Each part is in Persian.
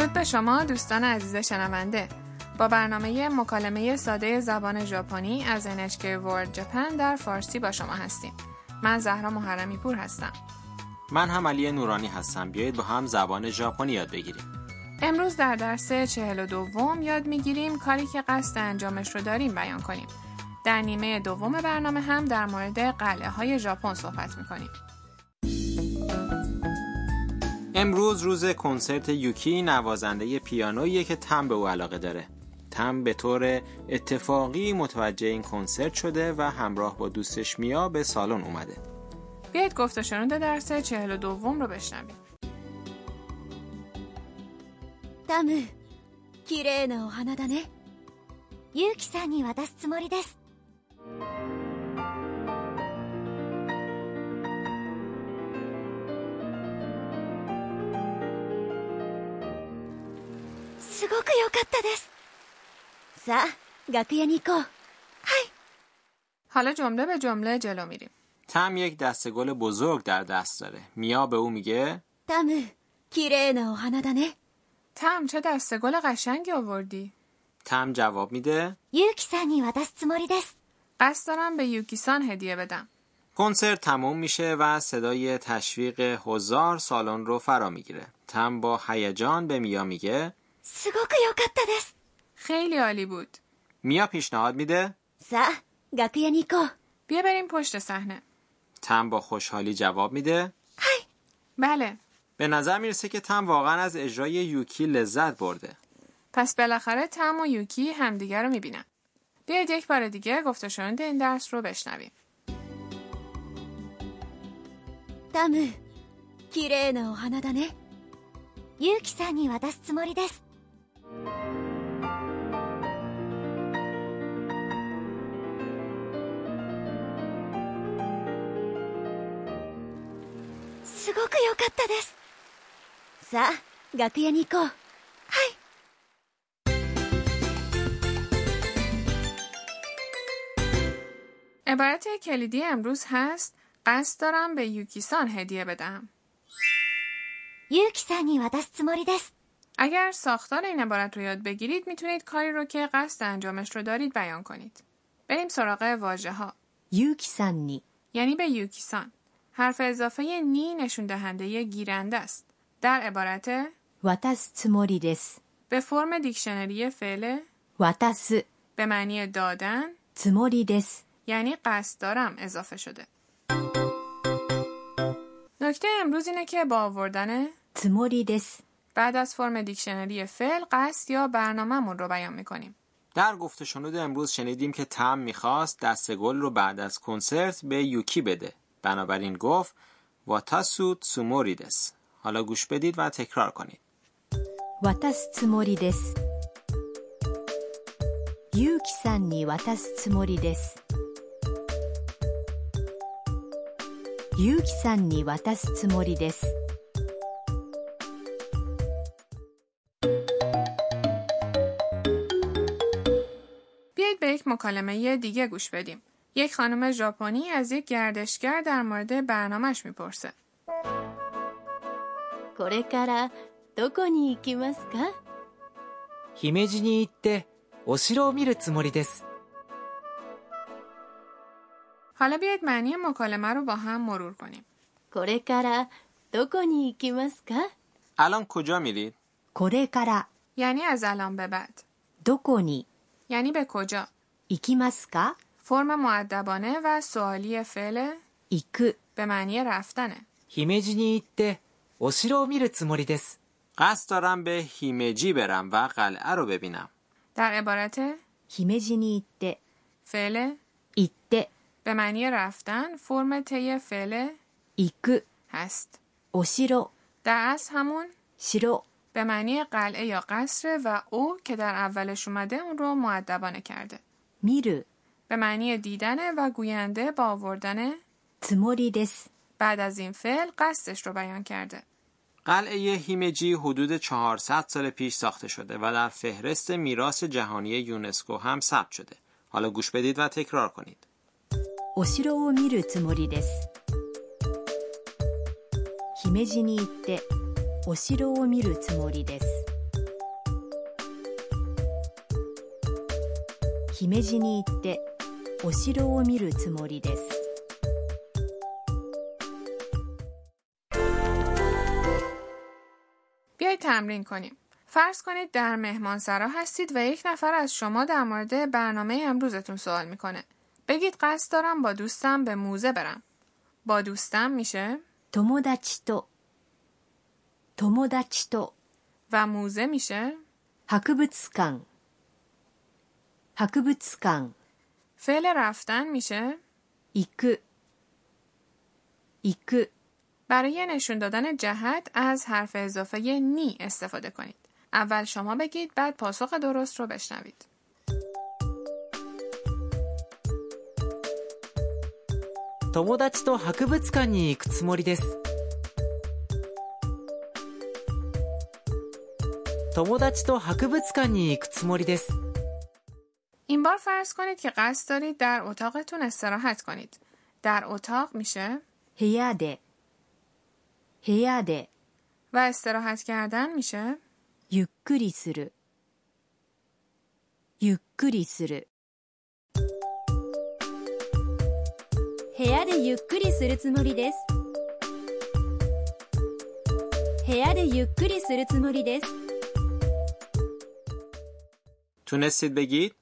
درود به شما دوستان عزیز شنونده. با برنامه مکالمه ساده زبان ژاپنی از NHK World Japan در فارسی با شما هستیم. من زهرا محرمی پور هستم. من هم علی نورانی هستم. بیایید با هم زبان ژاپنی یاد بگیریم. امروز در درس 42 یاد میگیریم کاری که قصد انجامش رو داریم بیان کنیم. در نیمه دوم برنامه هم در مورد قلعه های ژاپن صحبت میکنیم. امروز روز کنسرت یوکی، نوازنده پیانویی که تم به او علاقه داره. تم به طور اتفاقی متوجه این کنسرت شده و همراه با دوستش میا به سالن اومده. بیایید گفت و شنود درس 42 رو بشنویم. تم، 綺麗なお花だね。ユウキさんに渡すつもりです。すごく良かったです。さあ、楽屋に行こう。はい。 حالا جمله به جمله جلو میریم. تم یک دسته گل بزرگ در دست داره. میا به او میگه تم، 綺麗なお花だね。 تم چه دسته گل قشنگی آوردی؟ تم جواب میده ユウキさんに渡すつもりです。 قصد دارم به یوکیسان هدیه بدم. کنسرت تموم میشه و صدای تشویق حضار سالن رو فرا میگیره. تم با هیجان به میا میگه すごく良かったです。 خیلی عالی بود. میا پیشنهاد میده さあ、楽屋に行こう。 بیا بریم پشت صحنه. تم با خوشحالی جواب میده はい。 بله. به نظر میرسه که تم واقعا از اجرای یوکی لذت برده. پس بالاخره تم و یوکی همدیگر رو میبینن. بیایید یک بار دیگه گفت و شنود این درس رو بشنویم. タム、綺麗なお花だね。ユウキさんに渡すつもりです。すごく良かったです。さあ、楽屋に行こう。はい。 عبارت کلیدی امروز هست قصد دارم به یوکیسان هدیه بدم. ユウキさんに渡すつもりです。 اگر ساختار این عبارت رو یاد بگیرید میتونید کاری رو که قصد انجامش رو دارید بیان کنید. بریم سراغ واژه ها. ユウキさんに یعنی به یوکیسان. حرف اضافه نی نشون دهنده گیرنده است. در عبارت 渡すつもりです。 به فرم دیکشنری فعل 渡す به معنی دادن つもりです。 یعنی قصد دارم اضافه شده. نکته امروز اینه که با آوردن つもりです。 بعد از فرم دیکشنری فعل قصد یا برنامه‌مون رو بیان می‌کنیم. در گفت و شنود امروز شنیدیم که تم میخواست دسته گل رو بعد از کنسرت به یوکی بده. بنابراین گفت واتاسو تسوموری دس. حالا گوش بدید و تکرار کنید. 渡すつもりです。ユウキさんに渡すつもりです。ユウキさんに渡すつもりです。 بیایید به یک مکالمه دیگه گوش بدیم. یک خانم ژاپنی از یک گردشگر در مورد برنامه‌اش میپرسه. これからどこに行きますか？ 姫路に行ってお城を見るつもりです。 حالا بیایید معنی مکالمه رو با هم مرور کنیم. これからどこに行きますか？ الان کجا میرید؟ これから یعنی از الان به بعد. どこに یعنی به کجا. 行きますか？ فرم مؤدبانه و سوالی فعل 行く به معنی رفتنه. 姫路に行ってお城を見るつもりです。 قصد دارم به هیمجی برم و قلعه رو ببینم. در عبارت 姫路に行って فعل 行って به معنی رفتن فرم طی فعل 行く هست. お城 در اصل همون 城 به معنی قلعه یا قصر و او که در اولش اومده اون رو مؤدبانه کرده. 見る به معنی دیدن و گوینده با آوردن つもりです。 بعد از این فعل قصدش رو بیان کرده. قلعه هیمجی حدود 400 سال پیش ساخته شده و در فهرست میراث جهانی یونسکو هم ثبت شده. حالا گوش بدید و تکرار کنید. お城を見るつもりです。姫路に行ってお城を見るつもりです。 姫路に行ってお城を見るつもりです。 بیایید تمرین کنیم. فرض کنید در مهمانسرا هستید و یک نفر از شما در مورد برنامه امروزتون سوال میکنه. بگید قصد دارم با دوستم به موزه برم. با دوستم میشه 友達と友達と و موزه میشه 博物館博物館 فعل رفتن میشه 行く行く برای نشون دادن جهت از حرف اضافه نی استفاده کنید. اول شما بگید بعد پاسخ درست رو بشنوید. 友達と博物館に行くつもりです。友達と博物館に行くつもりです。 این بار فرض کنید که قصد دارید در اتاقتون استراحت کنید. در اتاق میشه 部屋で部屋で و استراحت کردن میشه ゆっくりするゆっくりする部屋でゆっくりするつもりです部屋でゆっくりするつもりです تونستید بگید؟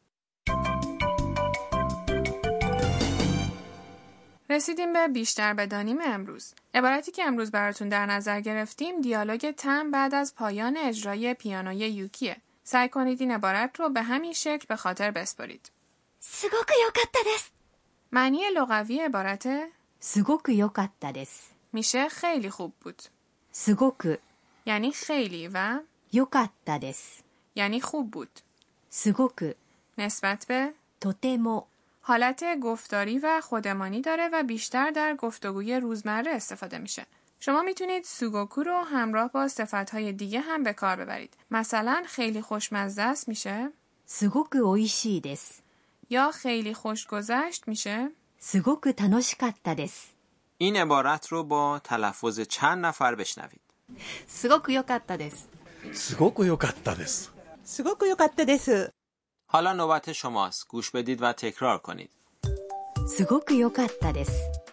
رسیدیم به بیشتر بدانیم امروز. عبارتی که امروز براتون در نظر گرفتیم دیالوگ تم بعد از پایان اجرای پیانوی یوکیه. سعی کنید این عبارت رو به همین شکل به خاطر بسپارید. すごく良かったです معنی لغوی عبارت すごく良かったです میشه خیلی خوب بود. すごく یعنی خیلی و 良かったです یعنی خوب بود. すごく نسبت به とても حالت گفتاری و خودمانی داره و بیشتر در گفتگوی روزمره استفاده میشه. شما میتونید سوگوکو رو همراه با صفتهای دیگه هم به کار ببرید. مثلا خیلی خوشمزه است میشه すごく美味しいです یا خیلی خوش گذشت میشه すごく楽しかったです این عبارت رو با تلفظ چند نفر بشنوید. すごく良かったですすごく良かったです。 すごく良かったです。 حالا نوبت شماست. گوش بدید و تکرار کنید. すごく良かったです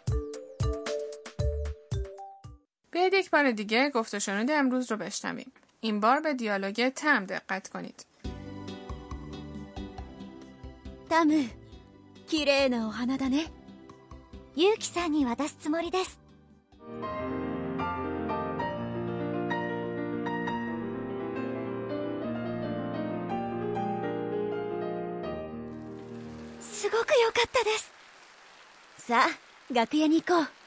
بیایید یک بار دیگه گفت و شنود امروز رو بشنویم. این بار به دیالوگ تم دقت کنید. タム、綺麗なお花だね。ユウキさんに渡すつもりです。すごく良かったです。さあ、楽屋に行こう。はい。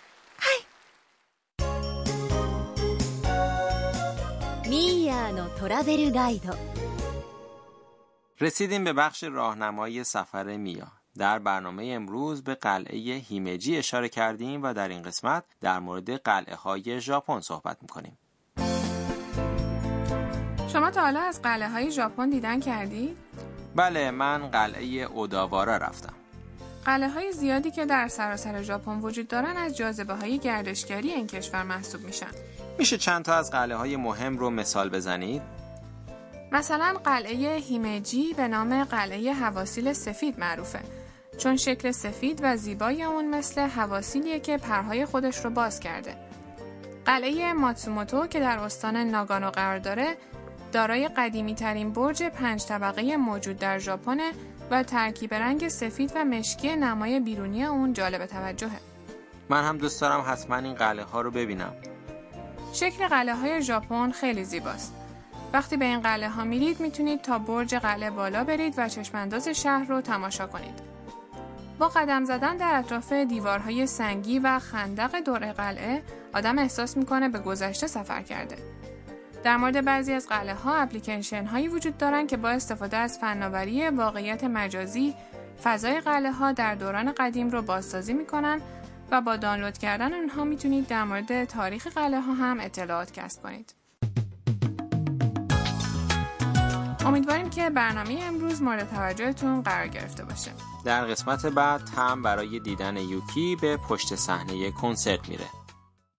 ミーヤーのトラベルガイド。 رسیدیم به بخش راهنمایی سفر میا. در برنامه امروز به قلعه هیمجی اشاره کردیم و در این قسمت در مورد قلعه های ژاپن صحبت میکنیم. شما تا حالا از قلعه های ژاپن دیدن کردید؟ بله، من قلعه اوداوارا رفتم. قلعه های زیادی که در سراسر ژاپن وجود دارن از جاذبه های گردشگری این کشور محسوب میشن. میشه چند تا از قلعه های مهم رو مثال بزنید؟ مثلا قلعه هیمجی به نام قلعه حواسیل سفید معروفه، چون شکل سفید و زیبای اون مثل حواسیلیه که پرهای خودش رو باز کرده. قلعه ماتسوموتو که در استان ناگانو قرار داره، دارای قدیمی ترین برج 5 طبقه موجود در ژاپن و ترکیب رنگ سفید و مشکی نمای بیرونی اون جالب توجهه. من هم دوست دارم حتما این قلعه ها رو ببینم. شکل قلعه های ژاپن خیلی زیباست. وقتی به این قلعه ها میرید میتونید تا برج قلعه بالا برید و چشمانداز شهر رو تماشا کنید. با قدم زدن در اطراف دیوارهای سنگی و خندق دور قلعه آدم احساس میکنه به گذشته سفر کرده. در مورد بعضی از قلعه ها اپلیکیشن هایی وجود دارن که با استفاده از فناوری واقعیت مجازی فضای قلعه ها در دوران قدیم رو بازسازی میکنن و با دانلود کردن اونها میتونید در مورد تاریخ قلعه ها هم اطلاعات کسب کنید. امیدواریم که برنامه امروز مورد توجهتون قرار گرفته باشه. در قسمت بعد هم برای دیدن یوکی به پشت صحنه کنسرت میره.